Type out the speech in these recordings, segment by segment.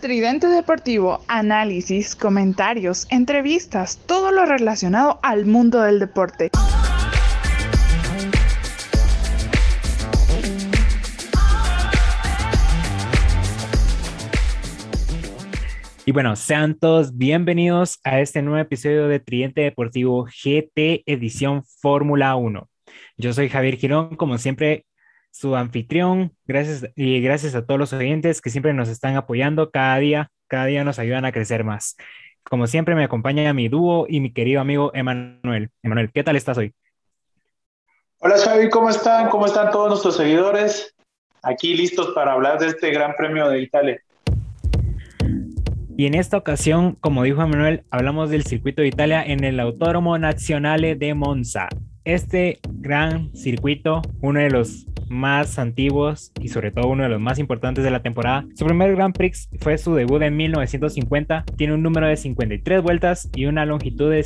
Tridente Deportivo, análisis, comentarios, entrevistas, todo lo relacionado al mundo del deporte. Y bueno, sean todos bienvenidos a este nuevo episodio de Tridente Deportivo GT Edición Fórmula 1. Yo soy Javier Girón, como siempre, su anfitrión. Gracias a todos los oyentes que siempre nos están apoyando cada día nos ayudan a crecer más. Como siempre, me acompaña mi dúo y mi querido amigo Emanuel. Emanuel, ¿qué tal estás hoy? Hola Xavi, ¿cómo están? ¿Cómo están todos nuestros seguidores? Aquí listos para hablar de este Gran Premio de Italia. Y en esta ocasión, como dijo Emanuel, hablamos del circuito de Italia en el Autódromo Nazionale de Monza. Este gran circuito, uno de los más antiguos y sobre todo uno de los más importantes de la temporada. Su primer Grand Prix fue su debut en 1950, tiene un número de 53 vueltas y una longitud de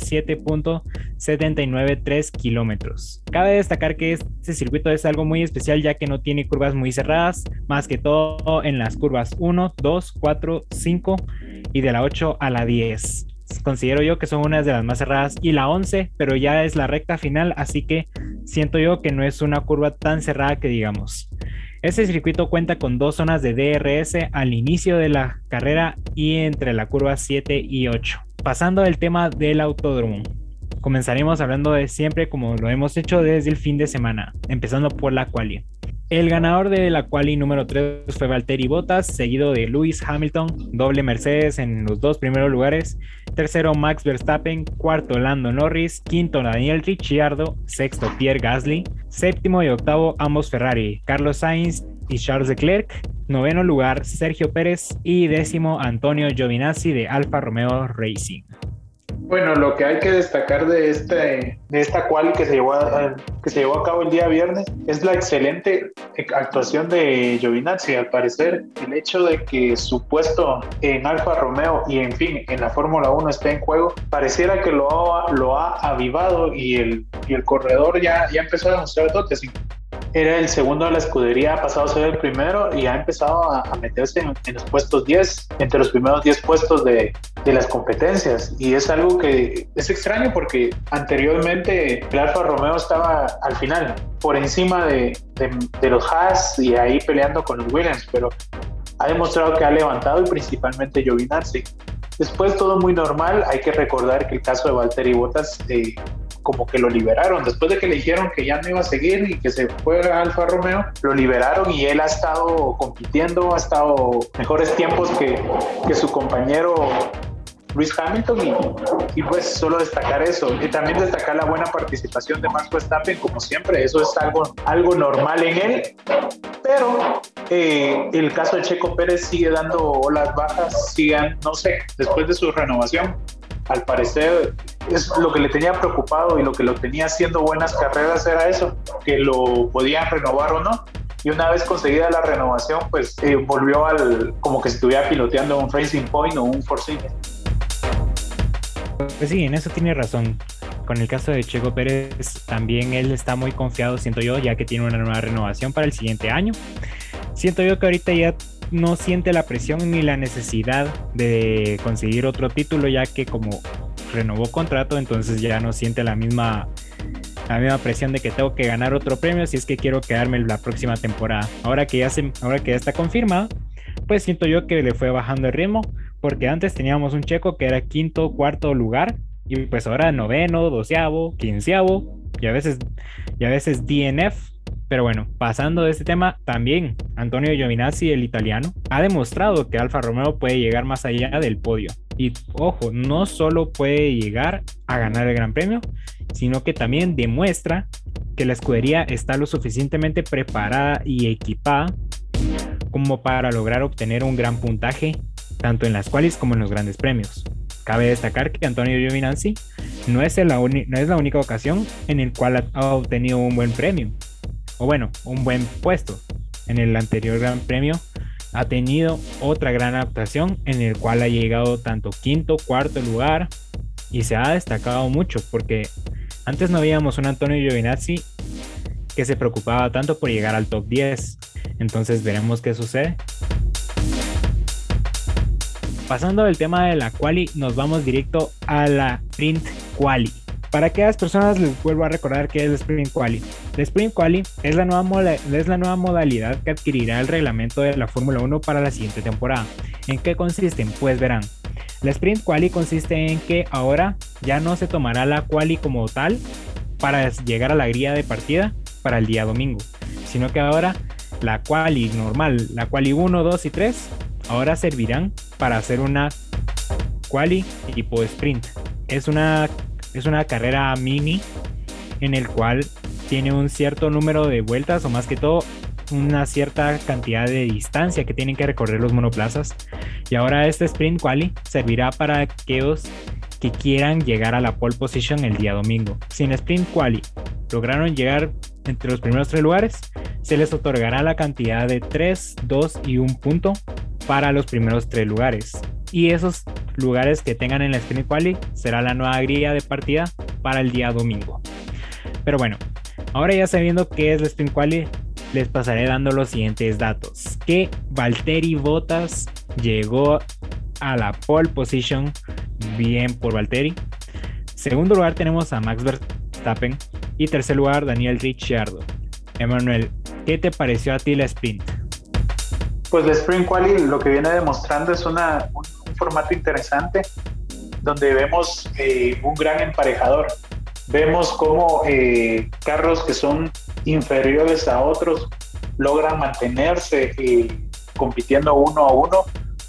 7.793 kilómetros. Cabe destacar que este circuito es algo muy especial ya que no tiene curvas muy cerradas, más que todo en las curvas 1, 2, 4, 5 y de la 8 a la 10. Considero yo que son unas de las más cerradas y la 11, pero ya es la recta final, así que siento yo que no es una curva tan cerrada que digamos. Este circuito cuenta con dos zonas de DRS al inicio de la carrera y entre la curva 7 y 8. Pasando al tema del autódromo, comenzaremos hablando de siempre como lo hemos hecho desde el fin de semana, empezando por la quali. El ganador de la quali número 3 fue Valtteri Bottas, seguido de Lewis Hamilton, doble Mercedes en los dos primeros lugares, tercero Max Verstappen, cuarto Lando Norris, quinto Daniel Ricciardo, sexto Pierre Gasly, séptimo y octavo ambos Ferrari, Carlos Sainz y Charles Leclerc, noveno lugar Sergio Pérez y décimo Antonio Giovinazzi de Alfa Romeo Racing. Bueno, lo que hay que destacar de esta quali que se llevó a cabo el día viernes es la excelente actuación de Giovinazzi. Al parecer, el hecho de que su puesto en Alfa Romeo y en fin en la Fórmula 1 esté en juego, pareciera que lo ha avivado y el corredor ya empezó a demostrar dotes. Era el segundo de la escudería, ha pasado a ser el primero y ha empezado a meterse en los puestos 10, entre los primeros 10 puestos de las competencias. Y es algo que es extraño porque anteriormente el Alfa Romeo estaba al final, por encima de los Haas y ahí peleando con los Williams, pero ha demostrado que ha levantado y principalmente Giovinazzi. Después todo muy normal. Hay que recordar que el caso de Valtteri Bottas como que lo liberaron, después de que le dijeron que ya no iba a seguir y que se fuera a Alfa Romeo, lo liberaron y él ha estado compitiendo, ha estado mejores tiempos que su compañero Lewis Hamilton y pues solo destacar eso y también destacar la buena participación de Max Verstappen como siempre. Eso es algo normal en él, pero el caso de Checo Pérez sigue dando olas bajas, no sé, después de su renovación al parecer es lo que le tenía preocupado y lo que lo tenía haciendo buenas carreras era eso, que lo podían renovar o no. Y una vez conseguida la renovación, pues volvió como que si estuviera piloteando un Racing Point o un Force India. Pues sí, en eso tiene razón. Con el caso de Checo Pérez, también él está muy confiado, siento yo, ya que tiene una nueva renovación para el siguiente año. Siento yo que ahorita ya no siente la presión ni la necesidad de conseguir otro título, ya que como renovó contrato, entonces ya no siente la misma presión de que tengo que ganar otro premio si es que quiero quedarme la próxima temporada. Ahora que ya está confirmado, pues siento yo que le fue bajando el ritmo, porque antes teníamos un Checo que era quinto, cuarto lugar, y pues ahora noveno, doceavo, quinceavo, y a veces DNF. Pero bueno, pasando de este tema, también Antonio Giovinazzi, el italiano, ha demostrado que Alfa Romeo puede llegar más allá del podio. Y ojo, no solo puede llegar a ganar el Gran Premio, sino que también demuestra que la escudería está lo suficientemente preparada y equipada como para lograr obtener un gran puntaje, tanto en las qualis como en los grandes premios. Cabe destacar que Antonio Giovinazzi no es la única ocasión en la cual ha obtenido un buen premio. O bueno, un buen puesto. En el anterior Gran Premio ha tenido otra gran actuación en el cual ha llegado tanto quinto, cuarto lugar y se ha destacado mucho porque antes no veíamos un Antonio Giovinazzi que se preocupaba tanto por llegar al top 10. Entonces veremos qué sucede. pasando del tema de la quali, nos vamos directo a la sprint quali. Para aquellas personas les vuelvo a recordar que es el Sprint Quali. El Sprint Quali es la nueva modalidad que adquirirá el reglamento de la Fórmula 1 para la siguiente temporada. ¿En qué consisten? Pues verán. La Sprint Quali consiste en que ahora ya no se tomará la quali como tal para llegar a la grilla de partida para el día domingo, sino que ahora la quali normal, la quali 1, 2 y 3, ahora servirán para hacer una quali tipo sprint. Es una carrera mini en el cual tiene un cierto número de vueltas, o más que todo una cierta cantidad de distancia que tienen que recorrer los monoplazas. Y ahora este sprint quali servirá para aquellos que quieran llegar a la pole position el día domingo. Si en sprint quali lograron llegar entre los primeros 3 lugares, se les otorgará la cantidad de 3, 2 y 1 punto para los primeros 3 lugares. Y esos lugares que tengan en la sprint quali será la nueva grilla de partida para el día domingo. Pero bueno, ahora ya sabiendo qué es la sprint quali, les pasaré dando los siguientes datos. Que Valtteri Bottas llegó a la pole position, bien por Valtteri. Segundo lugar tenemos a Max Verstappen y tercer lugar Daniel Ricciardo. Emanuel, ¿qué te pareció a ti la sprint? Pues la Sprint Quali lo que viene demostrando es un formato interesante donde vemos un gran emparejador. Vemos cómo carros que son inferiores a otros logran mantenerse compitiendo uno a uno.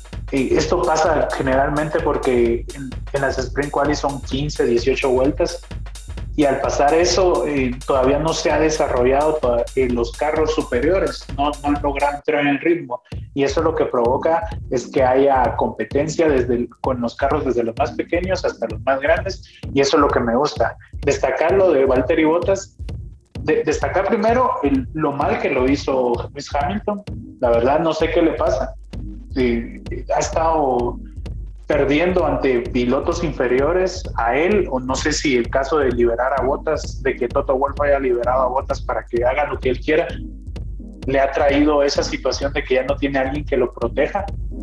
Esto pasa generalmente porque en las Sprint Quali son 15, 18 vueltas. Y al pasar eso, todavía no se ha desarrollado los carros superiores, no han logrado entrar en el ritmo. Y eso lo que provoca es que haya competencia con los carros desde los más pequeños hasta los más grandes. Y eso es lo que me gusta. Destacar lo de Valtteri Bottas. Destacar primero lo mal que lo hizo Lewis Hamilton. La verdad, no sé qué le pasa. Ha estado perdiendo ante pilotos inferiores a él, o no sé si el caso de liberar a Bottas, de que Toto Wolff haya liberado a Bottas para que haga lo que él quiera, le ha traído esa situación de que ya no tiene alguien que lo proteja,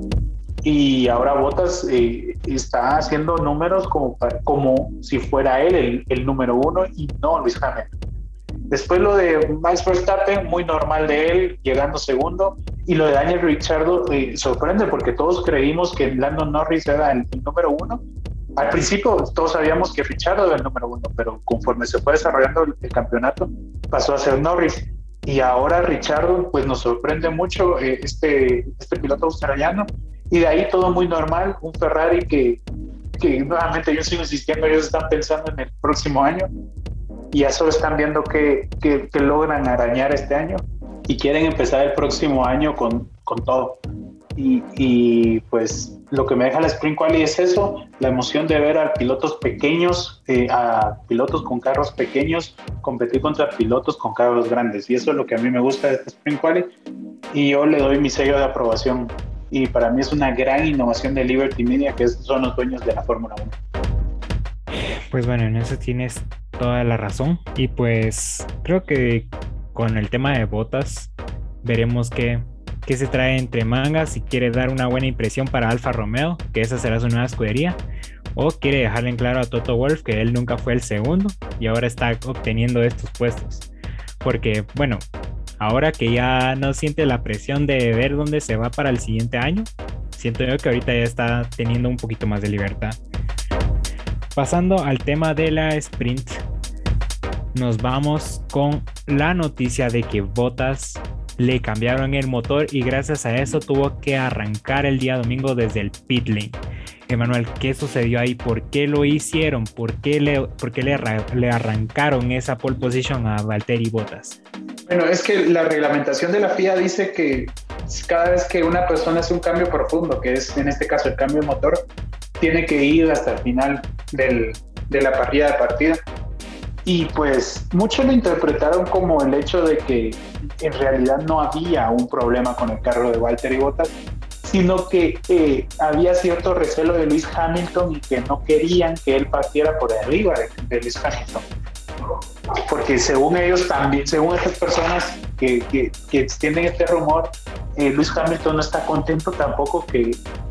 y ahora Bottas está haciendo números como si fuera él el número 1 y no Lewis Hamilton. Después lo de Max Verstappen, muy normal de él, llegando segundo. Y lo de Daniel Ricciardo sorprende porque todos creímos que Lando Norris era el número 1. Al principio todos sabíamos que Ricciardo era el número 1, pero conforme se fue desarrollando el campeonato, pasó a ser Norris. Y ahora Ricciardo pues nos sorprende mucho, este piloto australiano. Y de ahí todo muy normal, un Ferrari que nuevamente yo sigo insistiendo, ellos están pensando en el próximo año. Y ya solo están viendo que logran arañar este año y quieren empezar el próximo año con todo. Y pues lo que me deja la Sprint Quali es eso, la emoción de ver a pilotos pequeños, a pilotos con carros pequeños competir contra pilotos con carros grandes. Y eso es lo que a mí me gusta de esta Sprint Quali. Y yo le doy mi sello de aprobación. Y para mí es una gran innovación de Liberty Media, que son los dueños de la Fórmula 1. Pues bueno, en eso tienes toda la razón. Y pues creo que con el tema de Bottas veremos qué se trae entre mangas, si quiere dar una buena impresión para Alfa Romeo, que esa será su nueva escudería, o quiere dejarle en claro a Toto Wolff que él nunca fue el segundo y ahora está obteniendo estos puestos. Porque bueno, ahora que ya no siente la presión de ver dónde se va para el siguiente año, siento yo que ahorita ya está teniendo un poquito más de libertad. Pasando al tema de la sprint, nos vamos con la noticia de que Bottas le cambiaron el motor y gracias a eso tuvo que arrancar el día domingo desde el pit lane. Emanuel, ¿qué sucedió ahí? ¿Por qué lo hicieron? ¿Por qué le arrancaron esa pole position a Valtteri Bottas? Bueno, es que la reglamentación de la FIA dice que cada vez que una persona hace un cambio profundo, que es en este caso el cambio de motor, tiene que ir hasta el final de la parrilla de partida. Y pues muchos lo interpretaron como el hecho de que en realidad no había un problema con el carro de Valtteri Bottas, sino que había cierto recelo de Lewis Hamilton y que no querían que él partiera por arriba de Lewis Hamilton. Porque según ellos también, según estas personas que extienden este rumor, Lewis Hamilton no está contento tampoco que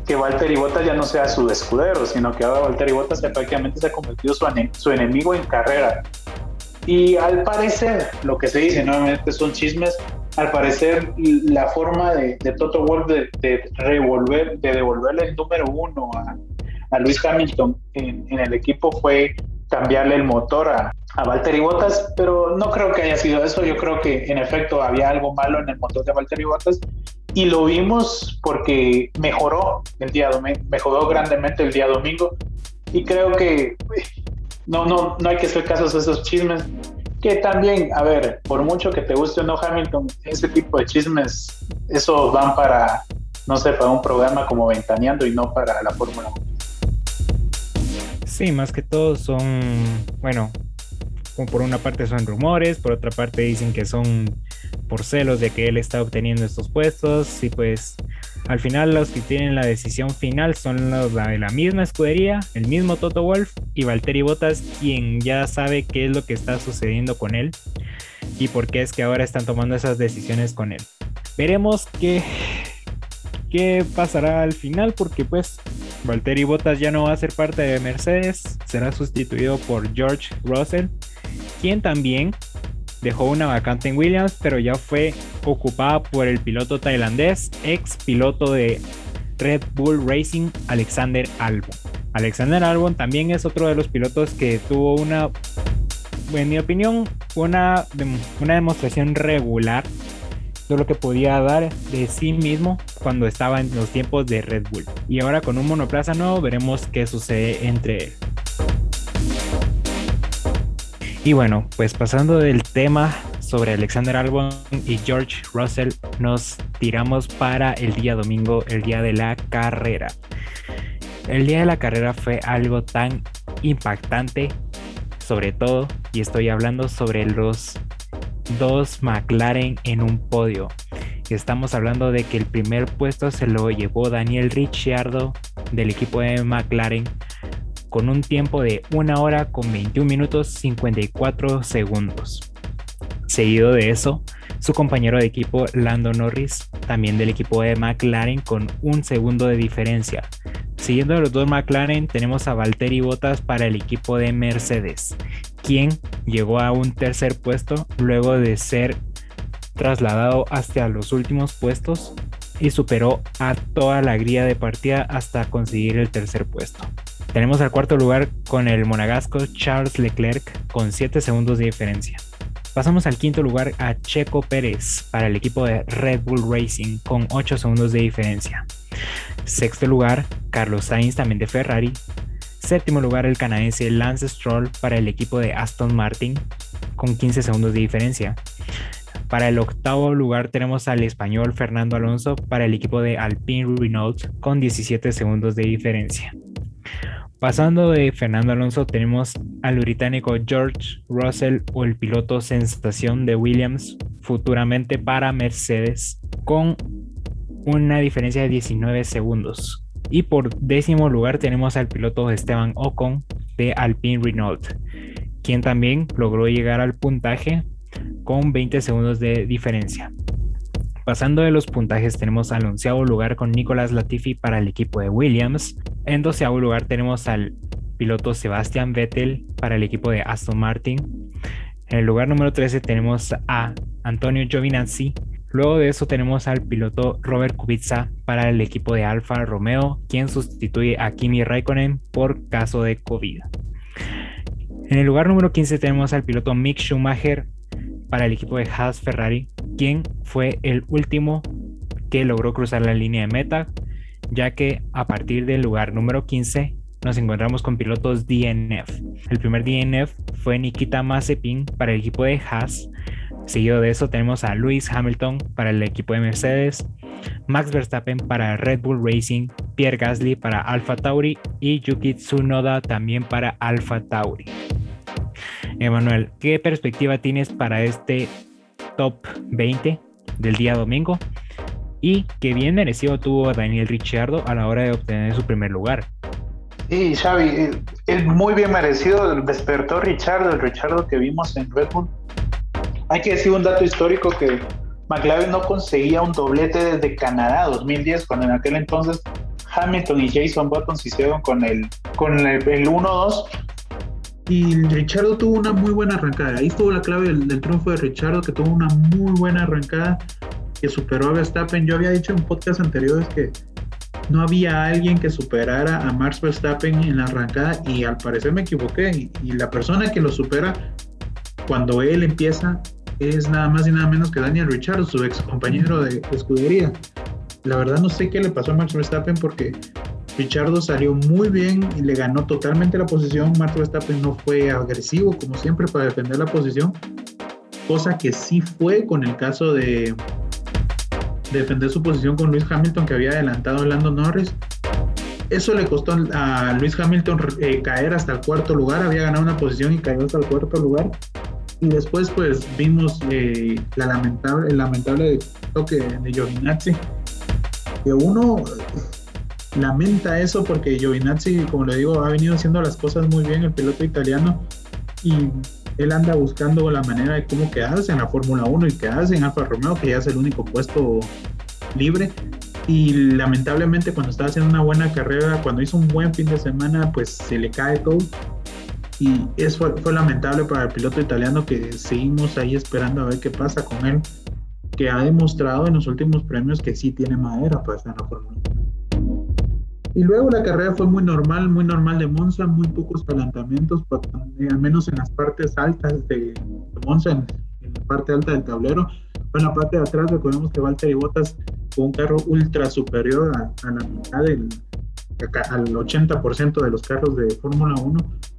que Valtteri Bottas ya no sea su escudero, sino que ahora Valtteri Bottas prácticamente se ha convertido su enemigo en carrera. Y al parecer, lo que se dice, nuevamente son chismes, al parecer la forma de Toto Wolff de devolverle el número 1 a Lewis Hamilton en el equipo fue cambiarle el motor a Valtteri Bottas, pero no creo que haya sido eso. Yo creo que en efecto había algo malo en el motor de Valtteri Bottas y lo vimos porque mejoró grandemente el día domingo, y creo que no hay que hacer caso a esos chismes, que también, a ver, por mucho que te guste o no Hamilton, ese tipo de chismes, esos van para, no sé, para un programa como Ventaneando y no para la Fórmula 1. Sí, más que todo son, bueno, por una parte son rumores, por otra parte dicen que son por celos de que él está obteniendo estos puestos, y pues al final los que tienen la decisión final son los de la misma escudería, el mismo Toto Wolff y Valtteri Bottas, quien ya sabe qué es lo que está sucediendo con él y por qué es que ahora están tomando esas decisiones con él. Veremos qué pasará al final, porque pues Valtteri Bottas ya no va a ser parte de Mercedes, será sustituido por George Russell, quien también dejó una vacante en Williams, pero ya fue ocupada por el piloto tailandés, ex piloto de Red Bull Racing, Alexander Albon. Alexander Albon también es otro de los pilotos que tuvo en mi opinión, una demostración regular de lo que podía dar de sí mismo cuando estaba en los tiempos de Red Bull. Y ahora con un monoplaza nuevo veremos qué sucede entre él. Y bueno, pues pasando del tema sobre Alexander Albon y George Russell, nos tiramos para el día domingo, el día de la carrera. El día de la carrera fue algo tan impactante, sobre todo, y estoy hablando sobre los dos McLaren en un podio. Estamos hablando de que el primer puesto se lo llevó Daniel Ricciardo del equipo de McLaren con un tiempo de 1 hora con 21 minutos 54 segundos. Seguido de eso, su compañero de equipo Lando Norris, también del equipo de McLaren, con 1 segundo de diferencia. Siguiendo a los dos McLaren, tenemos a Valtteri Bottas para el equipo de Mercedes, quien llegó a un tercer puesto luego de ser trasladado hasta los últimos puestos y superó a toda la grilla de partida hasta conseguir el tercer puesto. Tenemos al cuarto lugar con el monegasco Charles Leclerc con 7 segundos de diferencia. Pasamos al quinto lugar a Checo Pérez para el equipo de Red Bull Racing con 8 segundos de diferencia. Sexto lugar, Carlos Sainz, también de Ferrari. Séptimo lugar, el canadiense Lance Stroll para el equipo de Aston Martin con 15 segundos de diferencia. Para el octavo lugar tenemos al español Fernando Alonso para el equipo de Alpine Renault con 17 segundos de diferencia. Pasando de Fernando Alonso tenemos al británico George Russell, o el piloto sensación de Williams, futuramente para Mercedes, con una diferencia de 19 segundos. Y por décimo lugar tenemos al piloto Esteban Ocon de Alpine Renault, quien también logró llegar al puntaje con 20 segundos de diferencia. Pasando de los puntajes tenemos al 11º lugar con Nicolas Latifi para el equipo de Williams. En 12º lugar tenemos al piloto Sebastian Vettel para el equipo de Aston Martin. En el lugar número 13 tenemos a Antonio Giovinazzi. Luego de eso tenemos al piloto Robert Kubica para el equipo de Alfa Romeo, quien sustituye a Kimi Raikkonen por caso de COVID. En el lugar número 15 tenemos al piloto Mick Schumacher para el equipo de Haas Ferrari, quien fue el último que logró cruzar la línea de meta, ya que a partir del lugar número 15 nos encontramos con pilotos DNF. El primer DNF fue Nikita Mazepin para el equipo de Haas. Seguido de eso tenemos a Lewis Hamilton para el equipo de Mercedes, Max Verstappen para Red Bull Racing, Pierre Gasly para Alfa Tauri y Yuki Tsunoda también para Alfa Tauri. Emanuel, ¿qué perspectiva tienes para este top 20 del día domingo? Y qué bien merecido tuvo Daniel Ricciardo a la hora de obtener su primer lugar. Sí, Xavi, es muy bien merecido. Despertó Ricciardo, el Ricciardo que vimos en Red Bull. Hay que decir un dato histórico, que McLaren no conseguía un doblete desde Canadá 2010, cuando en aquel entonces Hamilton y Jason Button se hicieron con el 1-2. Y Ricciardo tuvo una muy buena arrancada. Ahí estuvo la clave del triunfo de Ricciardo, que tuvo una muy buena arrancada, que superó a Verstappen. Yo había dicho en podcast anteriores que no había alguien que superara a Max Verstappen en la arrancada, y al parecer me equivoqué. Y la persona que lo supera cuando él empieza es nada más y nada menos que Daniel Ricciardo, su ex compañero de escudería. La verdad no sé qué le pasó a Max Verstappen, porque Ricciardo salió muy bien y le ganó totalmente la posición. Max Verstappen no fue agresivo como siempre para defender la posición, cosa que sí fue con el caso de defender su posición con Lewis Hamilton, que había adelantado a Lando Norris. Eso le costó a Lewis Hamilton caer hasta el cuarto lugar. Había ganado una posición y cayó hasta el cuarto lugar. Y después pues vimos el lamentable toque de Giovinazzi, que uno lamenta eso porque Giovinazzi, como le digo, ha venido haciendo las cosas muy bien, el piloto italiano, y él anda buscando la manera de cómo quedarse en la Fórmula 1 y quedarse en Alfa Romeo, que ya es el único puesto libre. Y lamentablemente cuando estaba haciendo una buena carrera, cuando hizo un buen fin de semana, pues se le cae todo. Y eso fue lamentable para el piloto italiano, que seguimos ahí esperando a ver qué pasa con él, que ha demostrado en los últimos premios que sí tiene madera para estar en la Fórmula 1. Y luego la carrera fue muy normal de Monza, muy pocos calentamientos, al menos en las partes altas de Monza, en la parte alta del tablero. Pero en la parte de atrás recordemos que Valtteri Bottas, con un carro ultra superior a la mitad al 80% de los carros de Fórmula 1,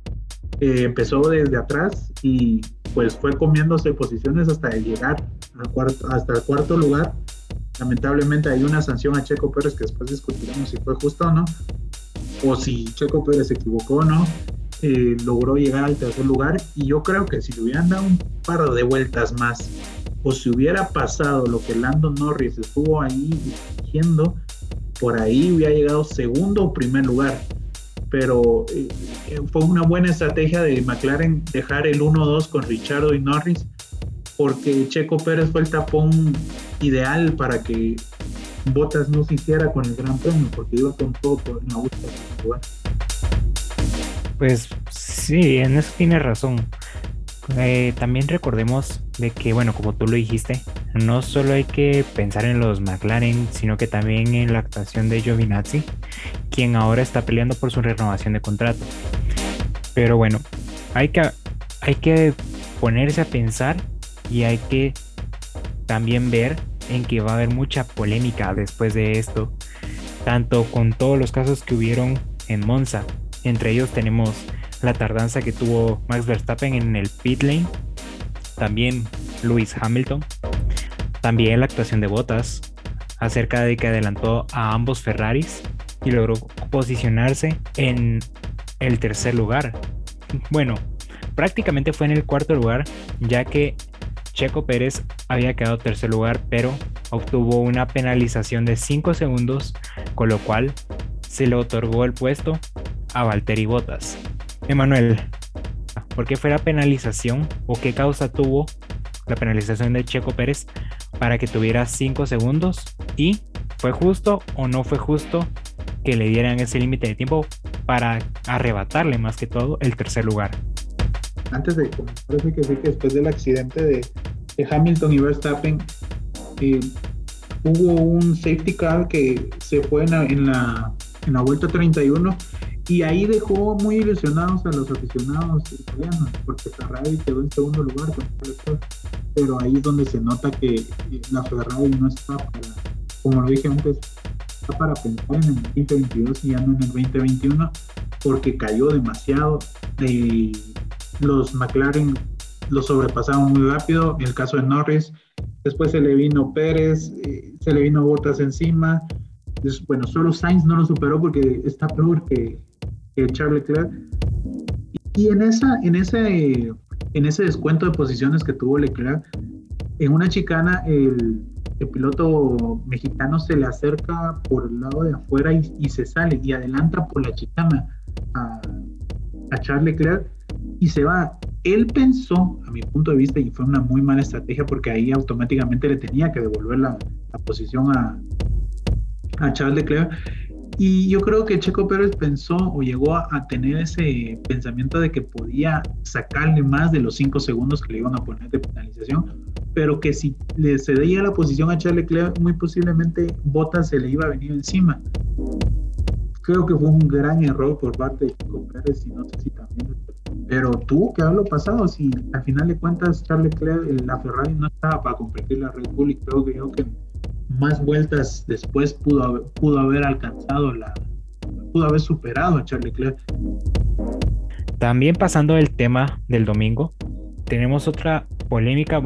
empezó desde atrás y pues fue comiéndose posiciones hasta llegar hasta el cuarto lugar. Lamentablemente hay una sanción a Checo Pérez, que después discutiremos si fue justo o no, o si Checo Pérez se equivocó o no. Logró llegar al tercer lugar, y yo creo que si le hubieran dado un par de vueltas más, o si hubiera pasado lo que Lando Norris estuvo ahí exigiendo, por ahí hubiera llegado segundo o primer lugar. Pero fue una buena estrategia de McLaren dejar el 1-2 con Ricciardo y Norris, porque Checo Pérez fue el tapón ideal para que Bottas no se hiciera con el Gran Premio, porque iba con todo por una búsqueda de lugar. Pues sí, en eso tienes razón. También recordemos de que, bueno, como tú lo dijiste, no solo hay que pensar en los McLaren, sino que también en la actuación de Giovinazzi, quien ahora está peleando por su renovación de contrato. Pero bueno, hay que ponerse a pensar, y hay que también ver en que va a haber mucha polémica después de esto, tanto con todos los casos que hubieron en Monza. Entre ellos tenemos la tardanza que tuvo Max Verstappen en el pit lane, también Lewis Hamilton, también la actuación de Bottas acerca de que adelantó a ambos Ferraris y logró posicionarse en el tercer lugar. Bueno, prácticamente fue en el cuarto lugar, ya que Checo Pérez había quedado tercer lugar, pero obtuvo una penalización de 5 segundos, con lo cual se le otorgó el puesto a Valtteri Bottas. Emanuel, ¿por qué fue la penalización o qué causa tuvo la penalización de Checo Pérez para que tuviera 5 segundos? ¿Y fue justo o no fue justo que le dieran ese límite de tiempo para arrebatarle más que todo el tercer lugar? Antes de comenzar, que sí, que después del accidente de Hamilton y Verstappen, hubo un safety car que se fue en la vuelta 31, y ahí dejó muy ilusionados a los aficionados italianos, porque Ferrari quedó en segundo lugar con pero ahí es donde se nota que la Ferrari no está como lo dije antes, está para pensar en el 2022 y ya no en el 2021, porque cayó demasiado. Los McLaren lo sobrepasaron muy rápido. En el caso de Norris, después se le vino Pérez, se le vino Bottas encima. Bueno, solo Sainz no lo superó porque está peor que Charles Leclerc. Y en ese descuento de posiciones que tuvo Leclerc, en una chicana el piloto mexicano se le acerca por el lado de afuera y se sale y adelanta por la chicana a Charles Leclerc y se va. Él pensó, a mi punto de vista, y fue una muy mala estrategia, porque ahí automáticamente le tenía que devolver la posición a Charles Leclerc. Y yo creo que Checo Pérez pensó o llegó a tener ese pensamiento de que podía sacarle más de los 5 segundos que le iban a poner de penalización, pero que si le cedía la posición a Charles Leclerc, muy posiblemente Bottas se le iba a venir encima. Creo que fue un gran error por parte de Checo Pérez y no sé si también. Pero tuvo que haberlo pasado. Si al final de cuentas Charles Leclerc, la Ferrari no estaba para competir la Red Bull, y creo que más vueltas después pudo haber alcanzado pudo haber superado a Charles Leclerc. También pasando del tema del domingo, tenemos otra polémica,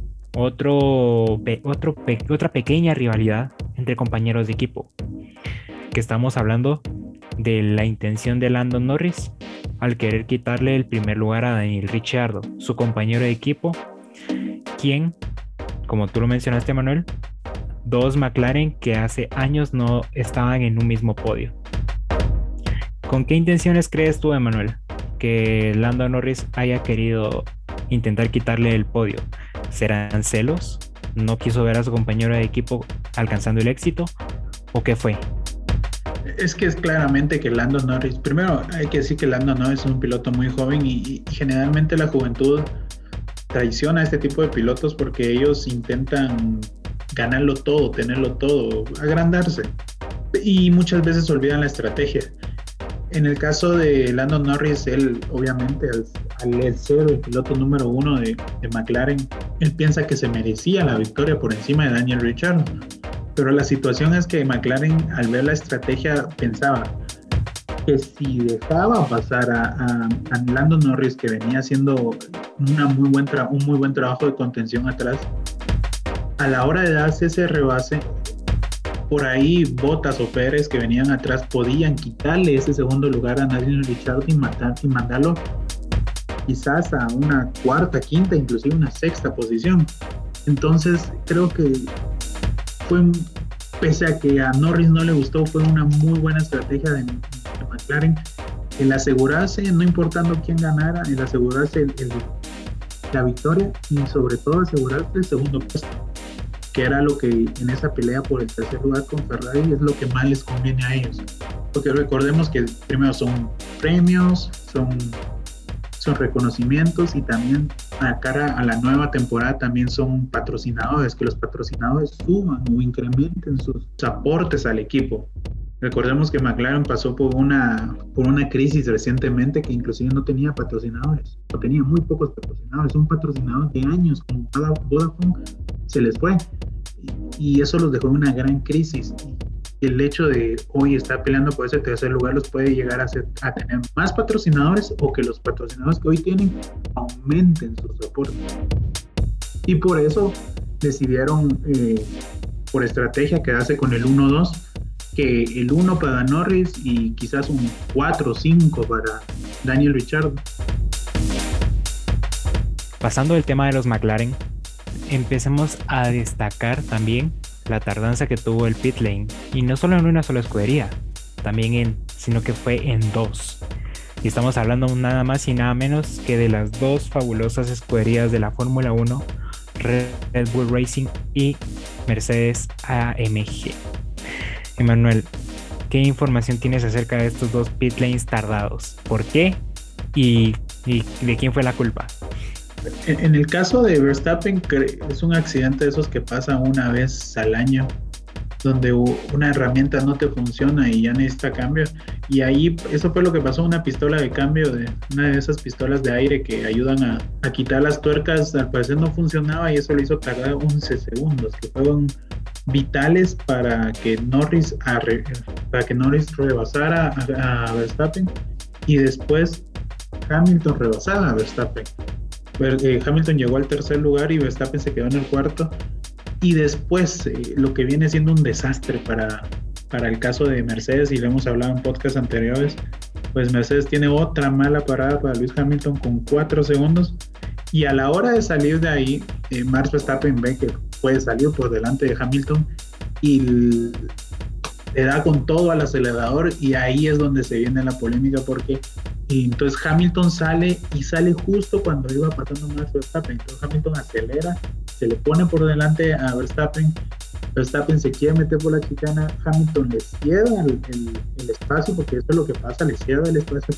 otra pequeña rivalidad entre compañeros de equipo, que estamos hablando de la intención de Lando Norris al querer quitarle el primer lugar a Daniel Ricciardo, su compañero de equipo, quien, como tú lo mencionaste, Manuel, dos McLaren que hace años no estaban en un mismo podio. ¿Con qué intenciones crees tú, Emanuel, que Lando Norris haya querido intentar quitarle el podio? ¿Serán celos? ¿No quiso ver a su compañero de equipo alcanzando el éxito? ¿O qué fue? Es que es claramente que Lando Norris, primero hay que decir que Lando Norris es un piloto muy joven y generalmente la juventud traiciona a este tipo de pilotos porque ellos intentan ganarlo todo, tenerlo todo, agrandarse, y muchas veces olvidan la estrategia. En el caso de Lando Norris, él obviamente al ser el piloto número 1 de McLaren, él piensa que se merecía la victoria por encima de Daniel Ricciardo, pero la situación es que McLaren, al ver la estrategia, pensaba que si dejaba pasar a Lando Norris, que venía haciendo un muy buen trabajo de contención atrás, a la hora de darse ese rebase, por ahí Bottas o Pérez, que venían atrás, podían quitarle ese segundo lugar a Daniel Ricciardo y mandarlo quizás a una cuarta, quinta, inclusive una sexta posición. Entonces creo que pese a que a Norris no le gustó, fue una muy buena estrategia de McLaren el asegurarse, no importando quién ganara, el asegurarse la victoria y sobre todo asegurarse el segundo puesto, que era lo que en esa pelea por el tercer lugar con Ferrari es lo que más les conviene a ellos, porque recordemos que primero son premios, son reconocimientos, y también a cara a la nueva temporada también son patrocinadores, que los patrocinadores suban o incrementen sus aportes al equipo. Recordemos que McLaren pasó por una crisis recientemente que inclusive no tenía patrocinadores, o tenía muy pocos patrocinadores. Un patrocinador de años como Vodafone se les fue, y eso los dejó en una gran crisis. Y el hecho de hoy estar peleando por ese tercer lugar los puede llegar a tener más patrocinadores, o que los patrocinadores que hoy tienen aumenten sus aportes. Y por eso decidieron, por estrategia, quedarse con el 1-2, que el 1 para Norris y quizás un 4-5 para Daniel Ricciardo. Pasando del tema de los McLaren, empecemos a destacar también la tardanza que tuvo el pit lane, y no solo en una sola escudería, sino que fue en dos. Y estamos hablando nada más y nada menos que de las dos fabulosas escuderías de la Fórmula 1, Red Bull Racing y Mercedes AMG. Emanuel, ¿qué información tienes acerca de estos dos pit lanes tardados? ¿Por qué? ¿Y de quién fue la culpa? En el caso de Verstappen, es un accidente de esos que pasa una vez al año, donde una herramienta no te funciona y ya necesita cambio. Y ahí, eso fue lo que pasó, una pistola de cambio, una de esas pistolas de aire que ayudan a quitar las tuercas, al parecer no funcionaba, y eso le hizo tardar 11 segundos, que fueron vitales para que Norris rebasara a Verstappen, y después Hamilton rebasara a Verstappen. Hamilton llegó al tercer lugar y Verstappen se quedó en el cuarto, y después lo que viene siendo un desastre para el caso de Mercedes, y lo hemos hablado en podcasts anteriores, pues Mercedes tiene otra mala parada para Lewis Hamilton con 4 segundos, y a la hora de salir de ahí, Max Verstappen ve que puede salir por delante de Hamilton y le da con todo al acelerador, y ahí es donde se viene la polémica, porque entonces Hamilton sale justo cuando iba pasando Max Verstappen. Entonces Hamilton acelera, se le pone por delante a Verstappen Verstappen se quiere meter por la chicana, Hamilton le cierra el espacio, porque eso es lo que pasa, le cierra el espacio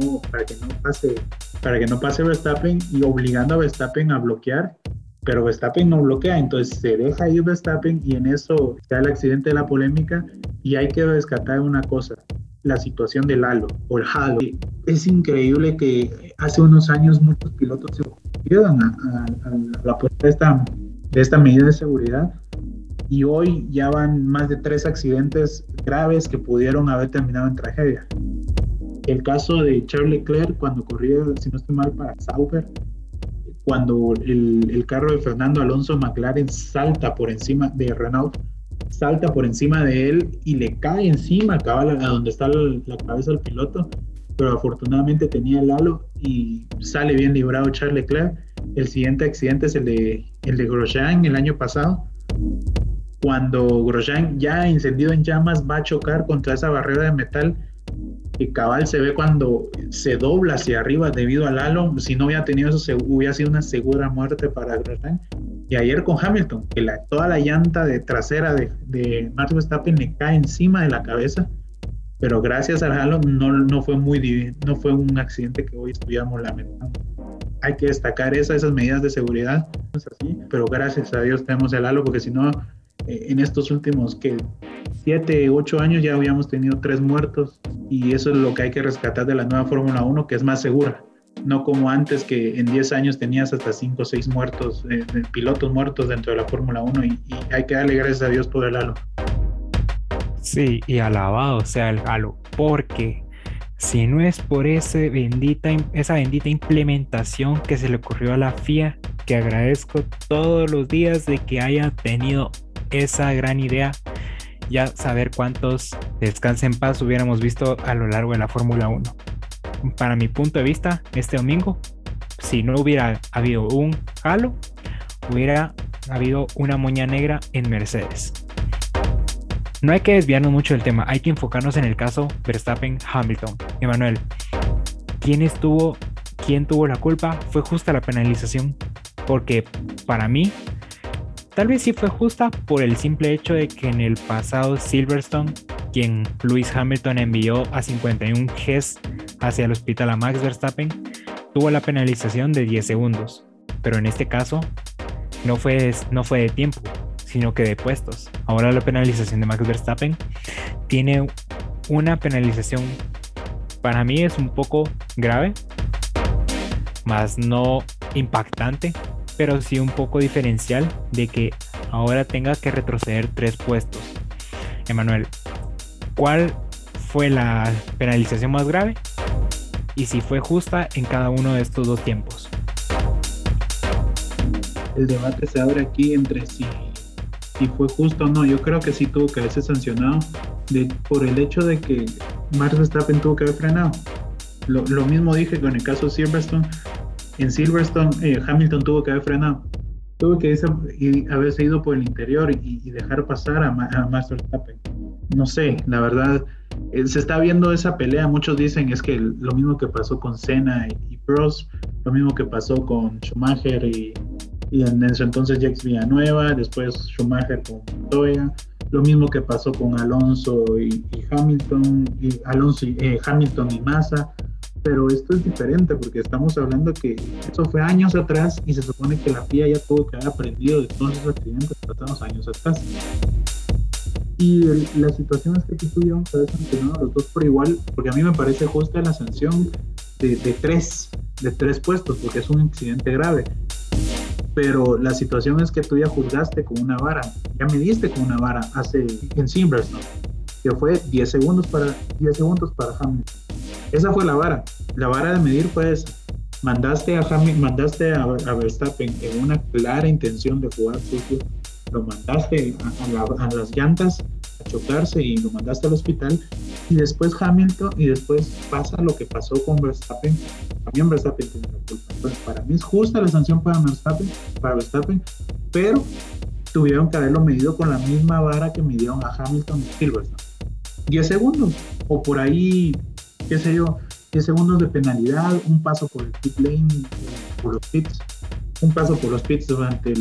para que no pase Verstappen, y obligando a Verstappen a bloquear, pero Verstappen no bloquea, entonces se deja ir Verstappen y en eso está el accidente de la polémica. Y hay que rescatar una cosa, la situación del halo o el halo. Es increíble que hace unos años muchos pilotos se opusieron a la puesta de esta medida de seguridad, y hoy ya van más de 3 accidentes graves que pudieron haber terminado en tragedia. El caso de Charles Leclerc cuando corría, si no estoy mal, para Sauber, cuando el carro de Fernando Alonso McLaren salta por encima de Renault, salta por encima de él y le cae encima, acaba a donde está la cabeza del piloto, pero afortunadamente tenía el halo y sale bien librado Charles Leclerc. El siguiente accidente es el de Grosjean el año pasado, cuando Grosjean, ya encendido en llamas, va a chocar contra esa barrera de metal, y cabal se ve cuando se dobla hacia arriba debido al halo. Si no hubiera tenido eso, hubiera sido una segura muerte para Grosjean. Y ayer con Hamilton, que toda la llanta trasera de Max Verstappen le cae encima de la cabeza, pero gracias al halo no fue un accidente que hoy estuviéramos lamentando. Hay que destacar esas medidas de seguridad, es así, pero gracias a Dios tenemos el halo, porque si no, en estos últimos 7, 8 años ya habíamos tenido 3 muertos, y eso es lo que hay que rescatar de la nueva Fórmula 1, que es más segura. No como antes, que en 10 años tenías hasta 5 o 6 muertos, pilotos muertos dentro de la Fórmula 1, y hay que darle gracias a Dios por el halo. Sí, y alabado sea el halo, porque si no es por esa bendita implementación que se le ocurrió a la FIA, que agradezco todos los días de que haya tenido esa gran idea, ya saber cuántos descansen en paz hubiéramos visto a lo largo de la Fórmula 1. Para mi punto de vista, este domingo, si no hubiera habido un halo, hubiera habido una moña negra en Mercedes. No hay que desviarnos mucho del tema, hay que enfocarnos en el caso Verstappen-Hamilton. Emanuel, ¿quién tuvo la culpa? ¿Fue justa la penalización? Porque para mí, tal vez sí fue justa por el simple hecho de que en el pasado Silverstone, quien Lewis Hamilton envió a 51 Gs hacia el hospital a Max Verstappen, tuvo la penalización de 10 segundos. Pero en este caso, no fue de tiempo, sino que de puestos. Ahora la penalización de Max Verstappen tiene una penalización, para mí es un poco grave, más no impactante, pero sí un poco diferencial, de que ahora tenga que retroceder 3 puestos. Emanuel, ¿cuál fue la penalización más grave? Y si fue justa en cada uno de estos 2 tiempos. El debate se abre aquí entre si fue justo o no. Yo creo que sí tuvo que haberse sancionado por el hecho de que Max Verstappen tuvo que haber frenado. Lo mismo dije con el caso de Silverstone. En Silverstone, Hamilton tuvo que haber frenado. Tuvo que haberse ido por el interior y dejar pasar a Max Verstappen. No sé, la verdad, se está viendo esa pelea. Muchos dicen es que lo mismo que pasó con Senna y Prost, lo mismo que pasó con Schumacher y en ese entonces Jacques Villanueva, después Schumacher con Montoya, lo mismo que pasó con Alonso y Hamilton, Hamilton y Massa. Pero esto es diferente, porque estamos hablando que eso fue años atrás, y se supone que la FIA ya tuvo que haber aprendido de todos esos accidentes pasados años atrás. Y la situación es que aquí tuvimos que haber sancionado a los dos por igual, porque a mí me parece justa la sanción de 3 puestos, porque es un accidente grave. Pero la situación es que tú ya juzgaste con una vara, ya mediste con una vara en Silverstone, que fue 10 segundos para Hamilton. Esa fue la vara. La vara de medir fue esa. Mandaste a Verstappen en una clara intención de jugar sucio, lo mandaste a las llantas a chocarse y lo mandaste al hospital, y después Hamilton, y después pasa lo que pasó con Verstappen. También Verstappen tiene la culpa. Entonces, para mí es justa la sanción para Verstappen, pero tuvieron que haberlo medido con la misma vara que midieron a Hamilton y Silverstone. 10 segundos, o por ahí, qué sé yo, 10 segundos de penalidad, un paso por el pit lane, por los pits, un paso por los pits durante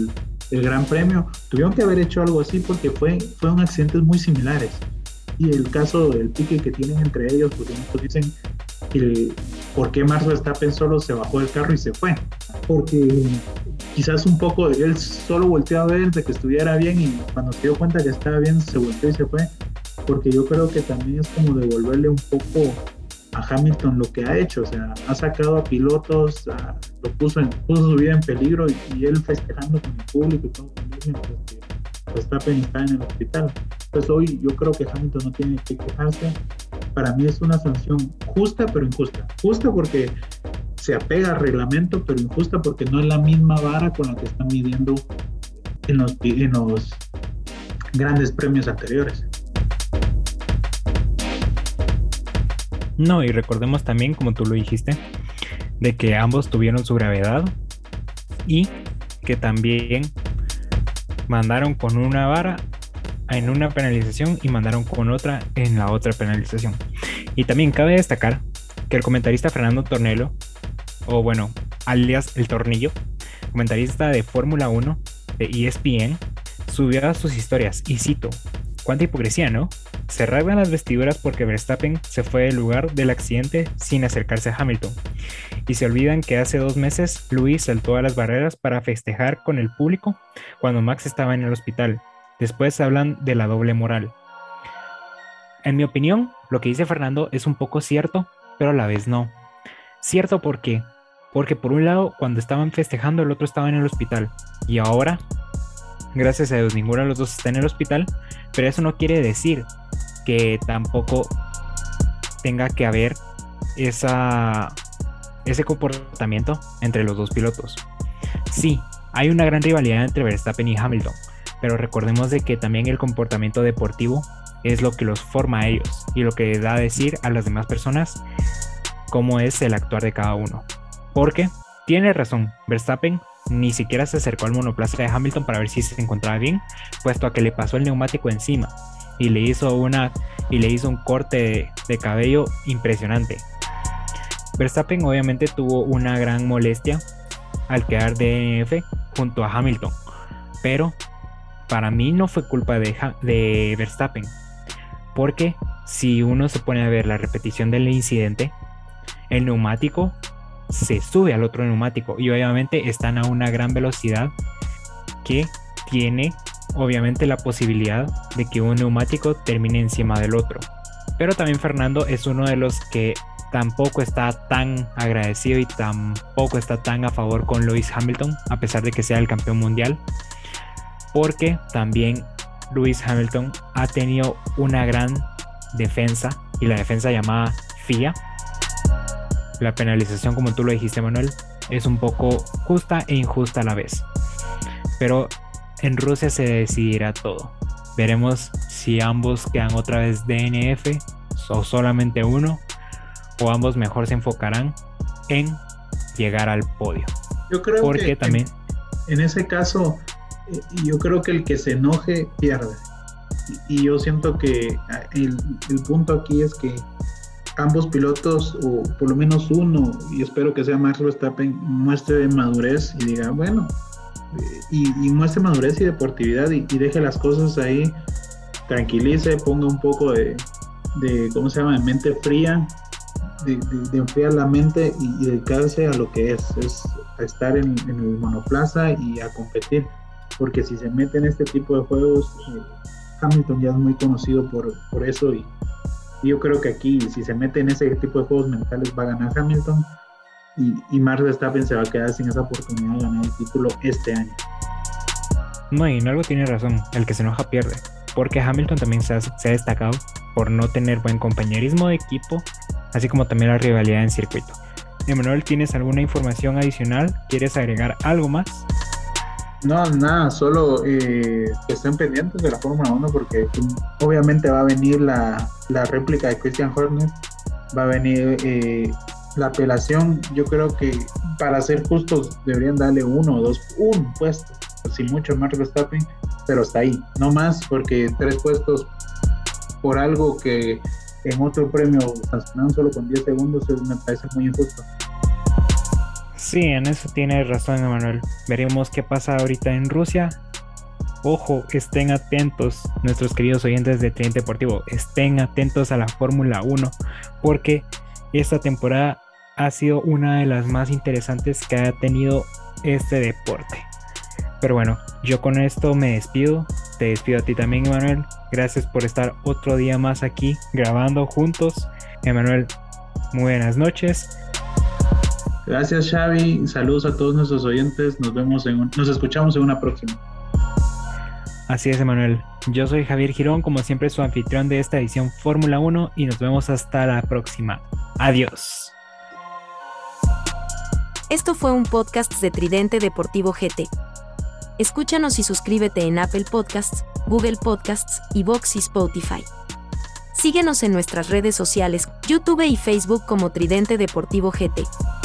el Gran Premio. Tuvieron que haber hecho algo así porque fueron accidentes muy similares. Y el caso del pique que tienen entre ellos, pues muchos dicen que por qué Max Verstappen solo se bajó del carro y se fue. Porque quizás un poco él solo volteó a ver de que estuviera bien y cuando se dio cuenta que estaba bien se volteó y se fue. Porque yo creo que también es como devolverle un poco a Hamilton lo que ha hecho, o sea, ha sacado a pilotos, puso su vida en peligro y él festejando con el público y todo mientras que Verstappen está en el hospital. Pues hoy yo creo que Hamilton no tiene que quejarse. Para mí es una sanción justa pero injusta. Justa porque se apega al reglamento, pero injusta porque no es la misma vara con la que están midiendo en los grandes premios anteriores. No, y recordemos también, como tú lo dijiste, de que ambos tuvieron su gravedad y que también mandaron con una vara en una penalización y mandaron con otra en la otra penalización. Y también cabe destacar que el comentarista Fernando Tornello, o bueno, alias El Tornillo, comentarista de Fórmula 1 de ESPN, subió a sus historias y cito: "Cuánta hipocresía, ¿no? Se rasgan las vestiduras porque Verstappen se fue del lugar del accidente sin acercarse a Hamilton. Y se olvidan que hace 2 meses Lewis saltó a las barreras para festejar con el público cuando Max estaba en el hospital. Después hablan de la doble moral". En mi opinión, lo que dice Fernando es un poco cierto, pero a la vez no. Cierto, ¿por qué? Porque por un lado, cuando estaban festejando, el otro estaba en el hospital. Y ahora, gracias a Dios, ninguno de los dos está en el hospital, pero eso no quiere decir que tampoco tenga que haber ese comportamiento entre los dos pilotos. Sí, hay una gran rivalidad entre Verstappen y Hamilton, pero recordemos de que también el comportamiento deportivo es lo que los forma a ellos y lo que da a decir a las demás personas cómo es el actuar de cada uno. Porque tiene razón, Verstappen ni siquiera se acercó al monoplaza de Hamilton para ver si se encontraba bien, puesto a que le pasó el neumático encima y le hizo un corte de cabello impresionante. Verstappen obviamente tuvo una gran molestia al quedar DNF junto a Hamilton, pero para mí no fue culpa de Verstappen, porque si uno se pone a ver la repetición del incidente, el neumático se sube al otro neumático y obviamente están a una gran velocidad que tiene obviamente la posibilidad de que un neumático termine encima del otro. Pero también Fernando es uno de los que tampoco está tan agradecido y tampoco está tan a favor con Lewis Hamilton, a pesar de que sea el campeón mundial, porque también Lewis Hamilton ha tenido una gran defensa, y la defensa llamada FIA. La penalización, como tú lo dijiste, Manuel, es un poco justa e injusta a la vez, pero en Rusia se decidirá todo. Veremos si ambos quedan otra vez DNF o solamente uno, o ambos mejor se enfocarán en llegar al podio. Yo creo porque que también en ese caso, yo creo que el que se enoje pierde. Y yo siento que el punto aquí es que ambos pilotos, o por lo menos uno, y espero que sea Max Verstappen, muestre madurez y diga, bueno, y muestre madurez y deportividad y deje las cosas ahí, tranquilice, ponga un poco de ¿cómo se llama?, de mente fría, de enfriar la mente y dedicarse a lo que es a estar en el monoplaza y a competir, porque si se mete en este tipo de juegos, Hamilton ya es muy conocido por eso, y yo creo que aquí, si se mete en ese tipo de juegos mentales, va a ganar Hamilton, y Max Verstappen se va a quedar sin esa oportunidad de ganar el título este año. No, y en algo tiene razón, el que se enoja pierde, porque Hamilton también se ha destacado por no tener buen compañerismo de equipo, así como también la rivalidad en circuito. Emanuel, ¿tienes alguna información adicional? ¿Quieres agregar algo más? No, nada, solo que estén pendientes de la Fórmula 1, porque obviamente va a venir la réplica de Christian Horner, va a venir la apelación. Yo creo que, para ser justos, deberían darle un puesto, si mucho, Max Verstappen, pero hasta ahí, no más, porque 3 puestos por algo que en otro premio sancionaron solo con 10 segundos, me parece muy injusto. Sí, en eso tienes razón, Emanuel. Veremos qué pasa ahorita en Rusia. Ojo, estén atentos, nuestros queridos oyentes de Tridente Deportivo, estén atentos a la Fórmula 1, porque esta temporada ha sido una de las más interesantes que ha tenido este deporte. Pero bueno, yo con esto me despido. Te despido a ti también, Emanuel. Gracias por estar otro día más aquí grabando juntos. Emanuel, muy buenas noches. Gracias, Xavi. Saludos a todos nuestros oyentes. Nos escuchamos en una próxima. Así es, Emanuel. Yo soy Javier Girón, como siempre su anfitrión de esta edición Fórmula 1, y nos vemos hasta la próxima. Adiós. Esto fue un podcast de Tridente Deportivo GT. Escúchanos y suscríbete en Apple Podcasts, Google Podcasts, iVoox y Spotify. Síguenos en nuestras redes sociales, YouTube y Facebook como Tridente Deportivo GT.